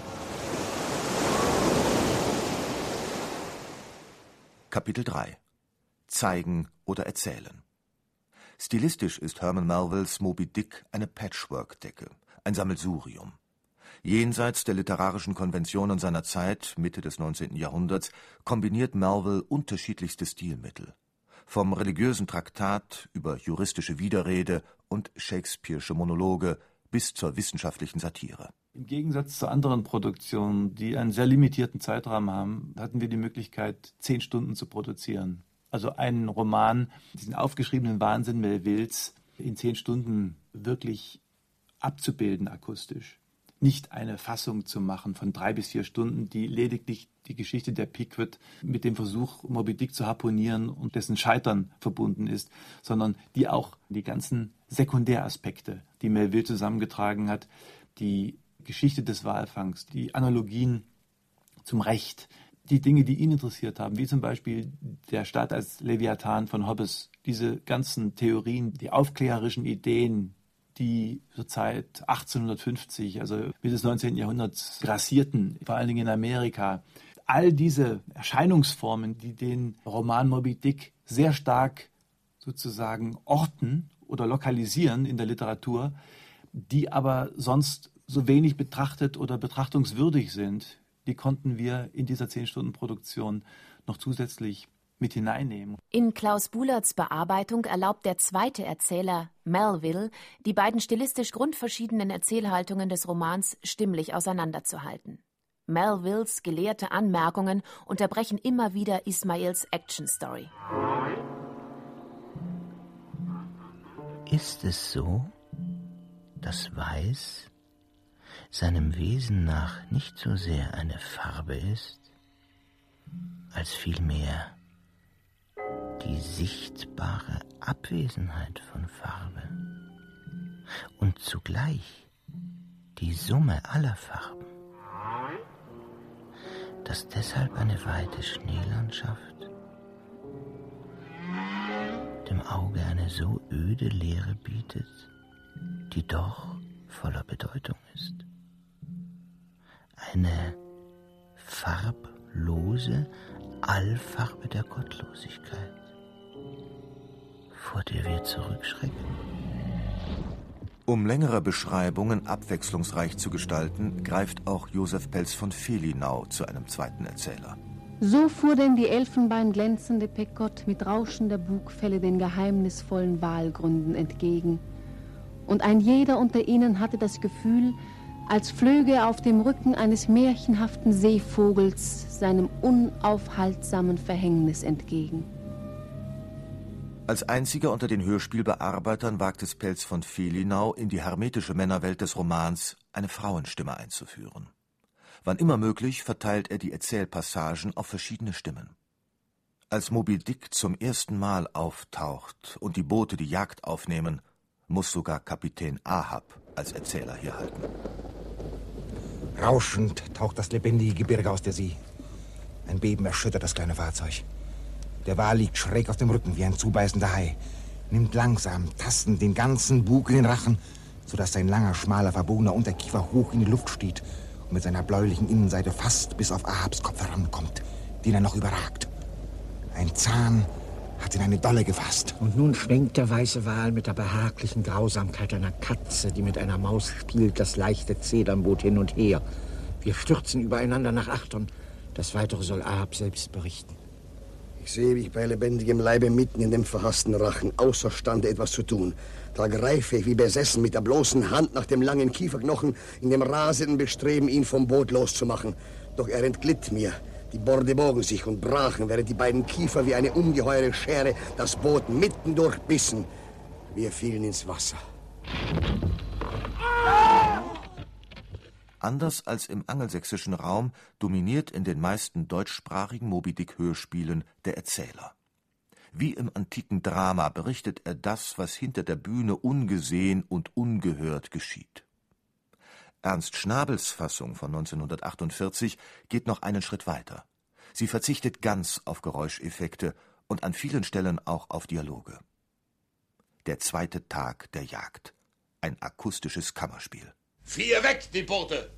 Speaker 2: Kapitel 3: Zeigen oder erzählen. Stilistisch ist Herman Melvilles Moby Dick eine Patchwork-Decke, ein Sammelsurium. Jenseits der literarischen Konventionen seiner Zeit, Mitte des 19. Jahrhunderts, kombiniert Melville unterschiedlichste Stilmittel. Vom religiösen Traktat über juristische Widerrede und Shakespeare'sche Monologe bis zur wissenschaftlichen Satire.
Speaker 6: Im Gegensatz zu anderen Produktionen, die einen sehr limitierten Zeitrahmen haben, hatten wir die Möglichkeit, 10 Stunden zu produzieren. Also einen Roman, diesen aufgeschriebenen Wahnsinn Melvilles, in 10 Stunden wirklich abzubilden akustisch. Nicht eine Fassung zu machen von 3 bis 4 Stunden, die lediglich die Geschichte der Pequod mit dem Versuch, Moby Dick zu harpunieren und dessen Scheitern verbunden ist, sondern die auch die ganzen Sekundäraspekte, die Melville zusammengetragen hat, die Geschichte des Walfangs, die Analogien zum Recht, die Dinge, die ihn interessiert haben, wie zum Beispiel der Staat als Leviathan von Hobbes, diese ganzen Theorien, die aufklärerischen Ideen, die zur Zeit 1850, also Mitte des 19. Jahrhunderts grassierten, vor allen Dingen in Amerika. All diese Erscheinungsformen, die den Roman Moby Dick sehr stark sozusagen orten oder lokalisieren in der Literatur, die aber sonst so wenig betrachtet oder betrachtungswürdig sind, die konnten wir in dieser 10-Stunden-Produktion noch zusätzlich mit hineinnehmen.
Speaker 5: In Klaus Bulards Bearbeitung erlaubt der zweite Erzähler, Melville, die beiden stilistisch grundverschiedenen Erzählhaltungen des Romans stimmlich auseinanderzuhalten. Melvilles gelehrte Anmerkungen unterbrechen immer wieder Ismails Action-Story.
Speaker 1: Ist es so, dass Weiß seinem Wesen nach nicht so sehr eine Farbe ist, als vielmehr die sichtbare Abwesenheit von Farbe und zugleich die Summe aller Farben, dass deshalb eine weite Schneelandschaft dem Auge eine so öde Leere bietet, die doch voller Bedeutung ist. Eine farblose Allfarbe der Gottlosigkeit, vor der wir zurückschrecken.
Speaker 2: Um längere Beschreibungen abwechslungsreich zu gestalten, greift auch Josef Pelz von Fehlinau zu einem zweiten Erzähler.
Speaker 17: So fuhr denn die elfenbeinglänzende Pekott mit rauschender Bugfelle den geheimnisvollen Walgründen entgegen. Und ein jeder unter ihnen hatte das Gefühl, als flöge er auf dem Rücken eines märchenhaften Seevogels seinem unaufhaltsamen Verhängnis entgegen.
Speaker 2: Als einziger unter den Hörspielbearbeitern wagt es Pelz von Fehlinau, in die hermetische Männerwelt des Romans eine Frauenstimme einzuführen. Wann immer möglich verteilt er die Erzählpassagen auf verschiedene Stimmen. Als Moby Dick zum ersten Mal auftaucht und die Boote die Jagd aufnehmen, muss sogar Kapitän Ahab als Erzähler herhalten.
Speaker 19: Rauschend taucht das lebendige Gebirge aus der See. Ein Beben erschüttert das kleine Fahrzeug. Der Wal liegt schräg auf dem Rücken wie ein zubeißender Hai, nimmt langsam, tastend den ganzen Bug in den Rachen, sodass sein langer, schmaler, verbogener Unterkiefer hoch in die Luft steht und mit seiner bläulichen Innenseite fast bis auf Ahabs Kopf herankommt, den er noch überragt. Ein Zahn hat in eine Dolle gefasst.
Speaker 22: Und nun schwenkt der weiße Wal mit der behaglichen Grausamkeit einer Katze, die mit einer Maus spielt, das leichte Zedernboot hin und her. Wir stürzen übereinander nach Achtern. Das Weitere soll Ahab selbst berichten.
Speaker 24: Ich sehe mich bei lebendigem Leibe mitten in dem verhassten Rachen, außerstande etwas zu tun. Da greife ich wie besessen mit der bloßen Hand nach dem langen Kieferknochen, in dem rasenden Bestreben, ihn vom Boot loszumachen. Doch er entglitt mir. Die Borde bogen sich und brachen, während die beiden Kiefer wie eine ungeheure Schere das Boot mitten durchbissen. Wir fielen ins Wasser.
Speaker 2: Anders als im angelsächsischen Raum dominiert in den meisten deutschsprachigen Moby-Dick-Hörspielen der Erzähler. Wie im antiken Drama berichtet er das, was hinter der Bühne ungesehen und ungehört geschieht. Ernst Schnabels Fassung von 1948 geht noch einen Schritt weiter. Sie verzichtet ganz auf Geräuscheffekte und an vielen Stellen auch auf Dialoge. Der zweite Tag der Jagd. Ein akustisches Kammerspiel.
Speaker 3: 4 weg, die Boote!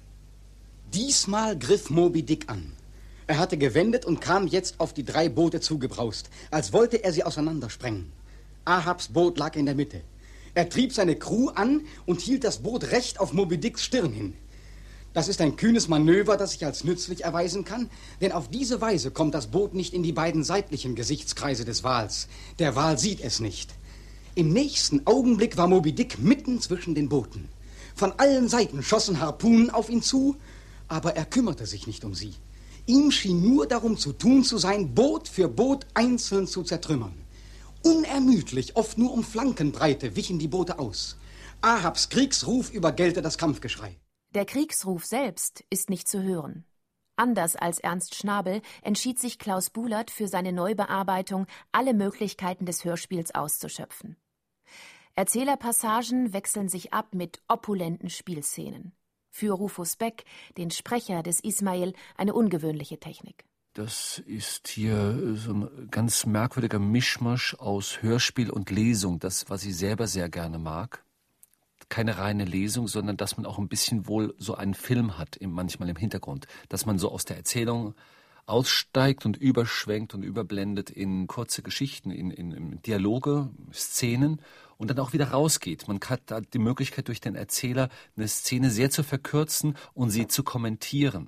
Speaker 7: Diesmal griff Moby Dick an. Er hatte gewendet und kam jetzt auf die 3 Boote zugebraust, als wollte er sie auseinandersprengen. Ahabs Boot lag in der Mitte. Er trieb seine Crew an und hielt das Boot recht auf Moby Dicks Stirn hin. Das ist ein kühnes Manöver, das sich als nützlich erweisen kann, denn auf diese Weise kommt das Boot nicht in die beiden seitlichen Gesichtskreise des Wals. Der Wal sieht es nicht. Im nächsten Augenblick war Moby Dick mitten zwischen den Booten. Von allen Seiten schossen Harpunen auf ihn zu, aber er kümmerte sich nicht um sie. Ihm schien nur darum zu tun zu sein, Boot für Boot einzeln zu zertrümmern. Unermüdlich, oft nur um Flankenbreite, wichen die Boote aus. Ahabs Kriegsruf übergellte das Kampfgeschrei.
Speaker 5: Der Kriegsruf selbst ist nicht zu hören. Anders als Ernst Schnabel entschied sich Klaus Bulert für seine Neubearbeitung, alle Möglichkeiten des Hörspiels auszuschöpfen. Erzählerpassagen wechseln sich ab mit opulenten Spielszenen. Für Rufus Beck, den Sprecher des Ismail, eine ungewöhnliche Technik.
Speaker 21: Das ist hier so ein ganz merkwürdiger Mischmasch aus Hörspiel und Lesung, das, was ich selber sehr gerne mag. Keine reine Lesung, sondern dass man auch ein bisschen wohl so einen Film hat, manchmal im Hintergrund. Dass man so aus der Erzählung aussteigt und überschwenkt und überblendet in kurze Geschichten, in Dialoge, Szenen und dann auch wieder rausgeht. Man hat da die Möglichkeit, durch den Erzähler eine Szene sehr zu verkürzen und sie zu kommentieren.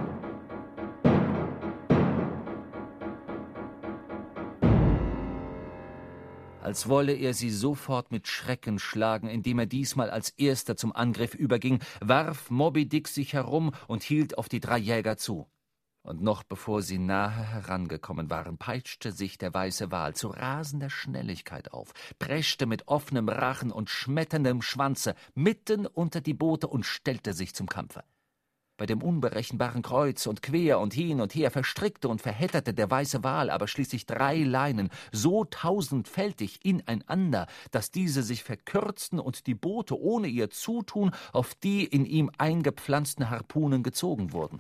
Speaker 21: Als wolle er sie sofort mit Schrecken schlagen, indem er diesmal als erster zum Angriff überging, warf Moby Dick sich herum und hielt auf die 3 Jäger zu. Und noch bevor sie nahe herangekommen waren, peitschte sich der weiße Wal zu rasender Schnelligkeit auf, preschte mit offenem Rachen und schmetterndem Schwanze mitten unter die Boote und stellte sich zum Kampfe. Bei dem unberechenbaren Kreuz und Quer und hin und her verstrickte und verhedderte der weiße Wal aber schließlich 3 Leinen so tausendfältig ineinander, dass diese sich verkürzten und die Boote ohne ihr Zutun auf die in ihm eingepflanzten Harpunen gezogen wurden.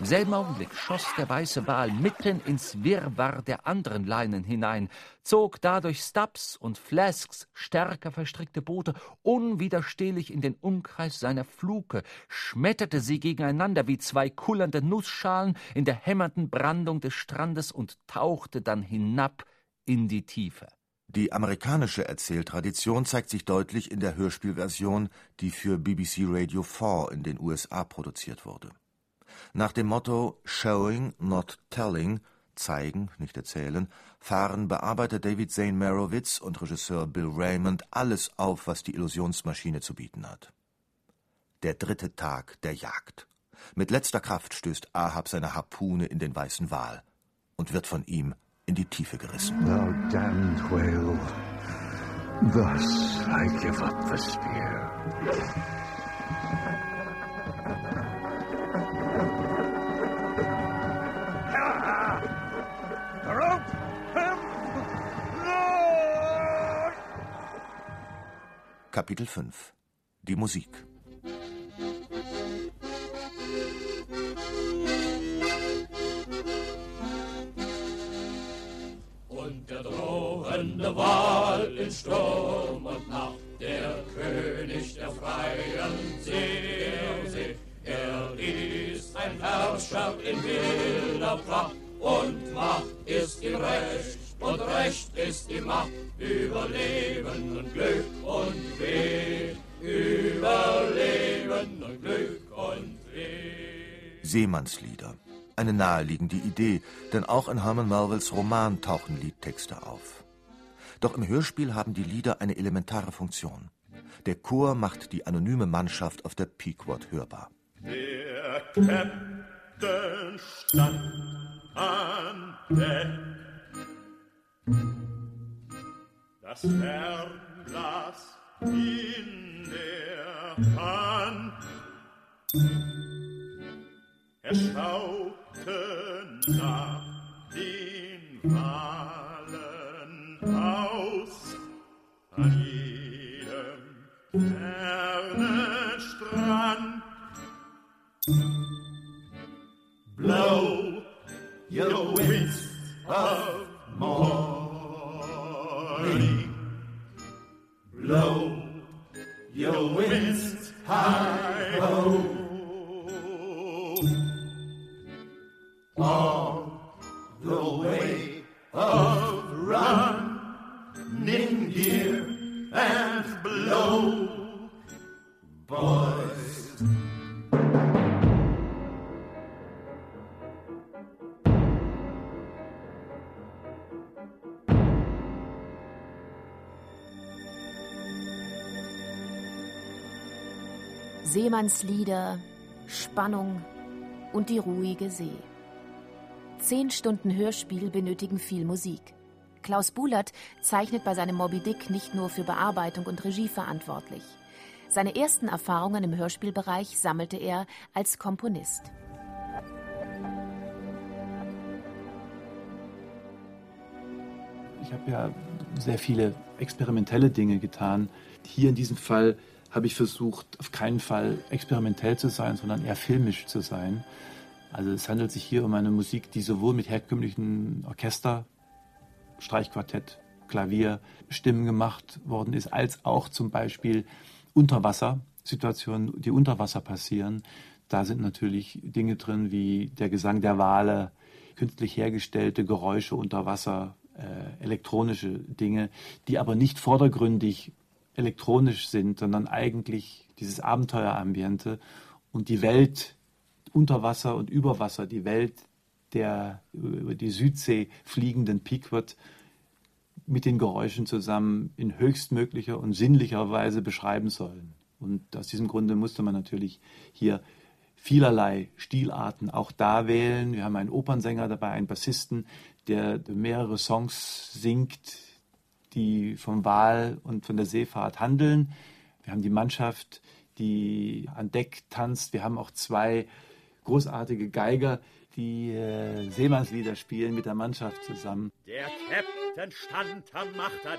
Speaker 10: Im selben Augenblick schoss der weiße Wal mitten ins Wirrwarr der anderen Leinen hinein, zog dadurch Stubbs und Flasks stärker verstrickte Boote unwiderstehlich in den Umkreis seiner Fluke, schmetterte sie gegeneinander wie zwei kullernde Nussschalen in der hämmernden Brandung des Strandes und tauchte dann hinab in die Tiefe.
Speaker 2: Die amerikanische Erzähltradition zeigt sich deutlich in der Hörspielversion, die für BBC Radio 4 in den USA produziert wurde. Nach dem Motto Showing, not telling, zeigen, nicht erzählen, fahren Bearbeiter David Zane Merowitz und Regisseur Bill Raymond alles auf, was die Illusionsmaschine zu bieten hat. Der 3. Tag der Jagd. Mit letzter Kraft stößt Ahab seine Harpune in den weißen Wal und wird von ihm in die Tiefe gerissen.
Speaker 20: Thou damned whale, thus I give up the spear.
Speaker 2: Kapitel 5 – Die Musik.
Speaker 14: Und der drohende Wal in Sturm und Nacht, der König der freien See. Er ist ein Herrscher in wilder Pracht, und Macht ist ihm Recht, und Recht ist ihm Macht, über Leben und Glück und Weh, über Leben und Glück und Weh.
Speaker 2: Seemannslieder. Eine naheliegende Idee, denn auch in Herman Melvilles Roman tauchen Liedtexte auf. Doch im Hörspiel haben die Lieder eine elementare Funktion. Der Chor macht die anonyme Mannschaft auf der Pequod hörbar.
Speaker 14: Der Captain stand an Deck, das Fernglas in der Hand. Er schaute nach den Walen aus, an jedem fernen Strand. Blow your winds of morning, blow your winds high ho, all the way of running gear and blow, boys.
Speaker 5: Seemannslieder, Spannung und die ruhige See. 10 Stunden Hörspiel benötigen viel Musik. Klaus Buhlert zeichnet bei seinem Moby Dick nicht nur für Bearbeitung und Regie verantwortlich. Seine ersten Erfahrungen im Hörspielbereich sammelte er als Komponist.
Speaker 6: Ich habe ja sehr viele experimentelle Dinge getan. Hier in diesem Fall habe ich versucht, auf keinen Fall experimentell zu sein, sondern eher filmisch zu sein. Also es handelt sich hier um eine Musik, die sowohl mit herkömmlichen Orchester, Streichquartett, Klavier, Stimmen gemacht worden ist, als auch zum Beispiel Unterwassersituationen, die unter Wasser passieren. Da sind natürlich Dinge drin wie der Gesang der Wale, künstlich hergestellte Geräusche unter Wasser, elektronische Dinge, die aber nicht vordergründig elektronisch sind, sondern eigentlich dieses Abenteuerambiente und die Welt unter Wasser und über Wasser, die Welt der über die Südsee fliegenden Pequod mit den Geräuschen zusammen in höchstmöglicher und sinnlicher Weise beschreiben sollen. Und aus diesem Grunde musste man natürlich hier vielerlei Stilarten auch da wählen. Wir haben einen Opernsänger dabei, einen Bassisten, der mehrere Songs singt, die vom Wal und von der Seefahrt handeln. Wir haben die Mannschaft, die an Deck tanzt. Wir haben auch 2 großartige Geiger, die Seemannslieder spielen mit der Mannschaft zusammen.
Speaker 14: Der Captain stand am Achterdeck,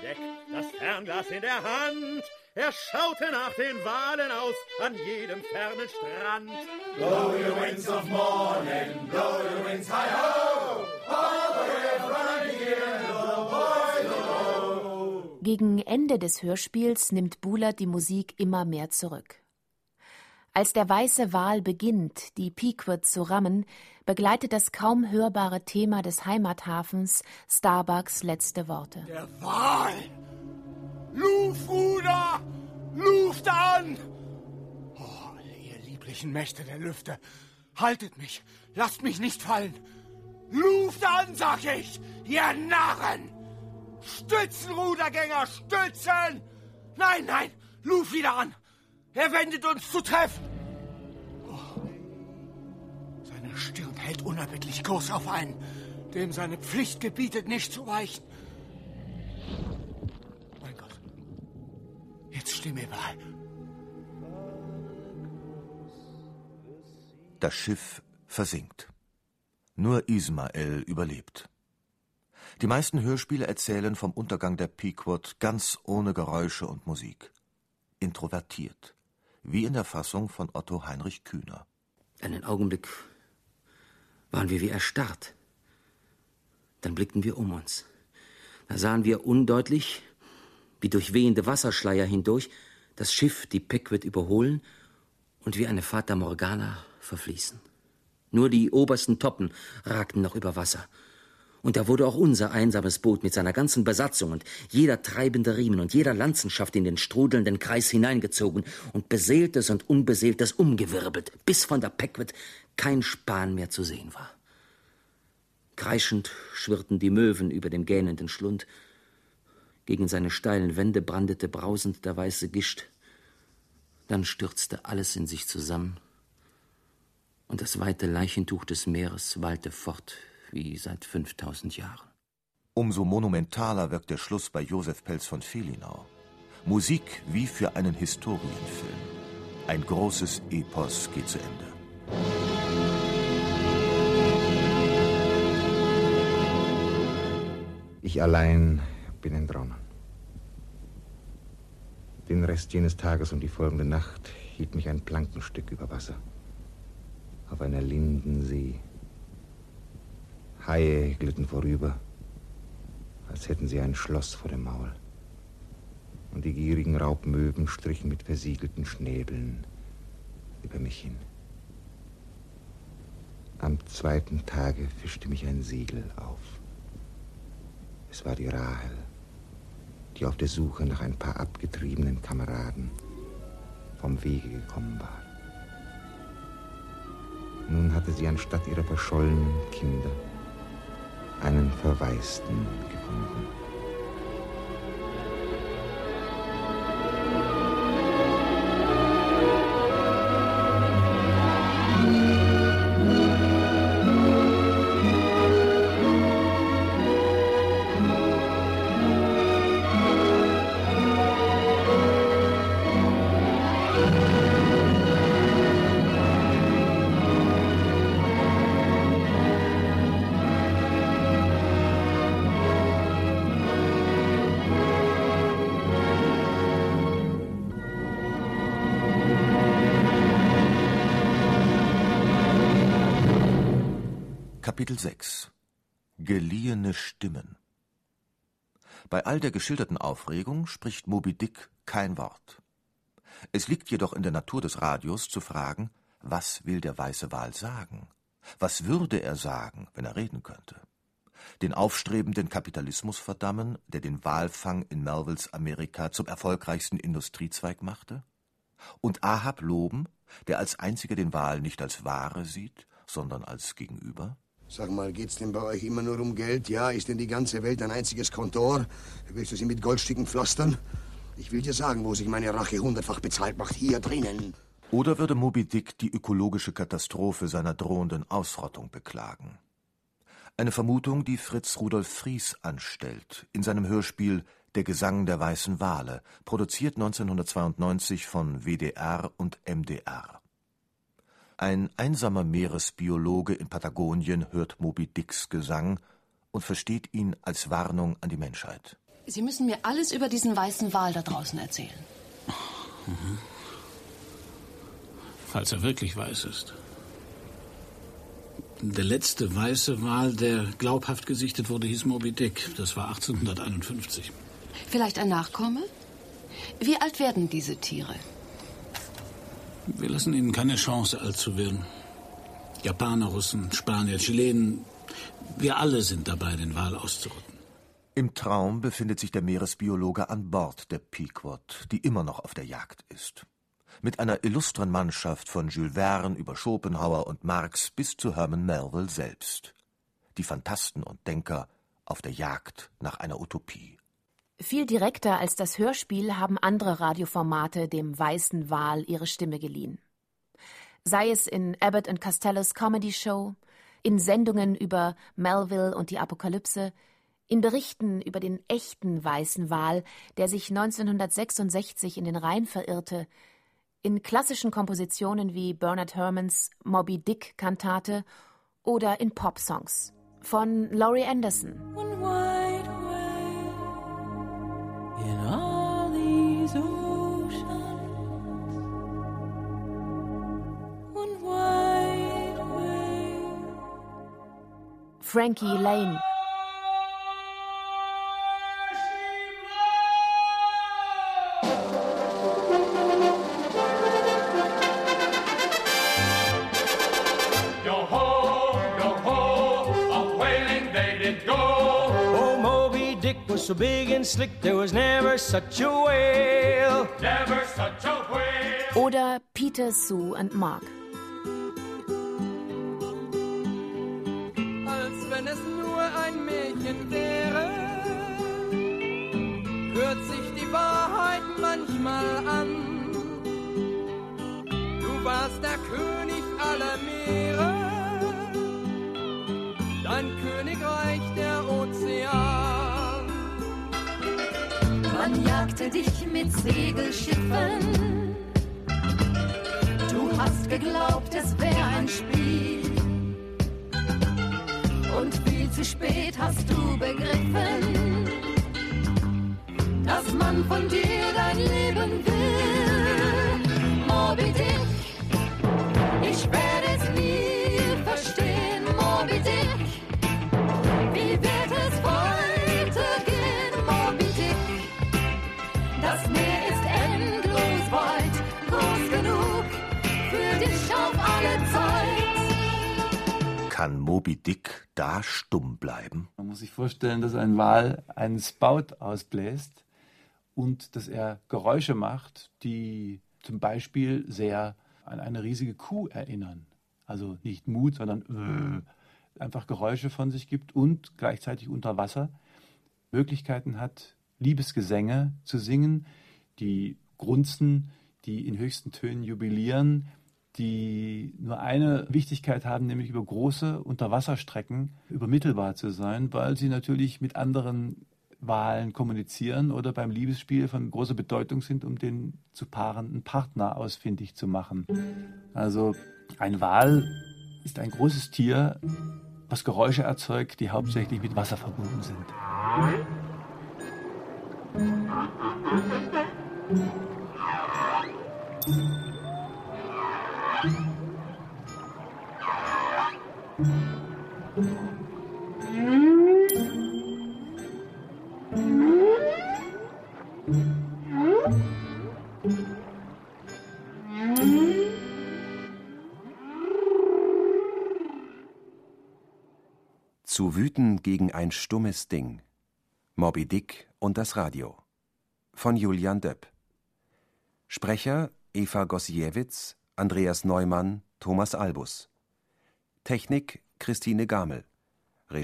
Speaker 3: das Fernglas in der Hand. Er schaute nach den Walen aus an jedem fernen Strand.
Speaker 14: Blow your winds of morning, blow your winds high-ho, all the way from here, the boys below.
Speaker 5: Gegen Ende des Hörspiels nimmt Buhlert die Musik immer mehr zurück. Als der weiße Wal beginnt, die Pequod zu rammen, begleitet das kaum hörbare Thema des Heimathafens Starbucks letzte Worte.
Speaker 3: Der Wal! Luftruder! Luft an! Oh, ihr lieblichen Mächte der Lüfte, haltet mich, lasst mich nicht fallen. Luft an, sag ich, ihr Narren! Stützen, Rudergänger, stützen! Nein, nein, Luft wieder an! Er wendet uns zu treffen! Oh. Seine Stirn hält unerbittlich Kurs auf einen, dem seine Pflicht gebietet, nicht zu weichen. Mein Gott, jetzt steh mir bei.
Speaker 2: Das Schiff versinkt. Nur Ismael überlebt. Die meisten Hörspiele erzählen vom Untergang der Pequod ganz ohne Geräusche und Musik. Introvertiert. Wie in der Fassung von Otto Heinrich Kühner.
Speaker 8: Einen Augenblick waren wir wie erstarrt. Dann blickten wir um uns. Da sahen wir undeutlich, wie durch wehende Wasserschleier hindurch, das Schiff die Pequod überholen und wie eine Fata Morgana verfließen. Nur die obersten Toppen ragten noch über Wasser. Und da wurde auch unser einsames Boot mit seiner ganzen Besatzung und jeder treibende Riemen und jeder Lanzenschaft in den strudelnden Kreis hineingezogen und Beseeltes und Unbeseeltes umgewirbelt, bis von der Pequod kein Span mehr zu sehen war. Kreischend schwirrten die Möwen über dem gähnenden Schlund. Gegen seine steilen Wände brandete brausend der weiße Gischt. Dann stürzte alles in sich zusammen und das weite Leichentuch des Meeres wallte fort wie seit 5000 Jahren.
Speaker 2: Umso monumentaler wirkt der Schluss bei Josef Pelz von Fehlinau. Musik wie für einen Historienfilm. Ein großes Epos geht zu Ende.
Speaker 19: Ich allein bin entronnen. Den Rest jenes Tages und die folgende Nacht hielt mich ein Plankenstück über Wasser. Auf einer linden See. Haie glitten vorüber, als hätten sie ein Schloss vor dem Maul. Und die gierigen Raubmöwen strichen mit versiegelten Schnäbeln über mich hin. Am zweiten Tage fischte mich ein Segel auf. Es war die Rahel, die auf der Suche nach ein paar abgetriebenen Kameraden vom Wege gekommen war. Nun hatte sie anstatt ihrer verschollenen Kinder einen Verwaisten gefunden.
Speaker 2: Kapitel 6 Geliehene Stimmen. Bei all der geschilderten Aufregung spricht Moby Dick kein Wort. Es liegt jedoch in der Natur des Radios zu fragen, was will der weiße Wal sagen? Was würde er sagen, wenn er reden könnte? Den aufstrebenden Kapitalismus verdammen, der den Walfang in Melvilles Amerika zum erfolgreichsten Industriezweig machte? Und Ahab loben, der als einziger den Wal nicht als Ware sieht, sondern als Gegenüber?
Speaker 24: Sag mal, geht's denn bei euch immer nur um Geld? Ja, ist denn die ganze Welt ein einziges Kontor? Willst du sie mit Goldstücken pflastern? Ich will dir sagen, wo sich meine Rache 100-fach bezahlt macht. Hier drinnen.
Speaker 2: Oder würde Moby Dick die ökologische Katastrophe seiner drohenden Ausrottung beklagen? Eine Vermutung, die Fritz Rudolf Fries anstellt, in seinem Hörspiel Der Gesang der weißen Wale, produziert 1992 von WDR und MDR. Ein einsamer Meeresbiologe in Patagonien hört Moby Dicks Gesang und versteht ihn als Warnung an die Menschheit.
Speaker 9: Sie müssen mir alles über diesen weißen Wal da draußen erzählen.
Speaker 12: Mhm. Falls er wirklich weiß ist. Der letzte weiße Wal, der glaubhaft gesichtet wurde, hieß Moby Dick. Das war 1851.
Speaker 9: Vielleicht ein Nachkomme? Wie alt werden diese Tiere?
Speaker 12: Wir lassen ihnen keine Chance, alt zu werden. Japaner, Russen, Spanier, Chilenen, wir alle sind dabei, den Wal auszurotten.
Speaker 2: Im Traum befindet sich der Meeresbiologe an Bord der Pequod, die immer noch auf der Jagd ist. Mit einer illustren Mannschaft von Jules Verne über Schopenhauer und Marx bis zu Herman Melville selbst. Die Phantasten und Denker auf der Jagd nach einer Utopie.
Speaker 5: Viel direkter als das Hörspiel haben andere Radioformate dem weißen Wal ihre Stimme geliehen. Sei es in Abbott & Costellos Comedy Show, in Sendungen über Melville und die Apokalypse, in Berichten über den echten weißen Wal, der sich 1966 in den Rhein verirrte, in klassischen Kompositionen wie Bernard Herrmanns Moby Dick Kantate oder in Popsongs von Laurie Anderson.
Speaker 14: In all these oceans, one wide wave.
Speaker 5: Frankie Lane.
Speaker 18: So big and slick, there was never such a whale.
Speaker 14: Never such a whale.
Speaker 5: Oder Peter, Sue and Mark.
Speaker 23: Als wenn es nur ein Märchen wäre, hört sich die Wahrheit manchmal an. Du warst der König aller Meere, dein Königreich der Ozean.
Speaker 25: Man jagte dich mit Segelschiffen. Du hast geglaubt, es wäre ein Spiel. Und viel zu spät hast du begriffen, dass man von dir dein Leben will. Moby Dick, ich werde es nie verstehen. Moby Dick, wie wird es weitergehen? Moby Dick, das Meer ist endlos weit, groß genug für dich auf alle Zeit.
Speaker 2: Kann Moby Dick da stumm bleiben?
Speaker 6: Man muss sich vorstellen, dass ein Wal einen Spout ausbläst und dass er Geräusche macht, die zum Beispiel sehr an eine riesige Kuh erinnern. Also nicht Mut, sondern einfach Geräusche von sich gibt und gleichzeitig unter Wasser Möglichkeiten hat, Liebesgesänge zu singen, die grunzen, die in höchsten Tönen jubilieren, die nur eine Wichtigkeit haben, nämlich über große Unterwasserstrecken übermittelbar zu sein, weil sie natürlich mit anderen Walen kommunizieren oder beim Liebesspiel von großer Bedeutung sind, um den zu paarenden Partner ausfindig zu machen. Also ein Wal ist ein großes Tier, was Geräusche erzeugt, die hauptsächlich mit Wasser verbunden sind.
Speaker 26: Zu wüten gegen ein stummes Ding. Moby Dick und das Radio. Von Julian Döpp. Sprecher Eva Gossiewicz, Andreas Neumann, Thomas Albus. Technik Christine Gamel.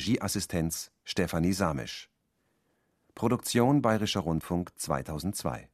Speaker 26: Regieassistenz Stefanie Samisch. Produktion Bayerischer Rundfunk 2002.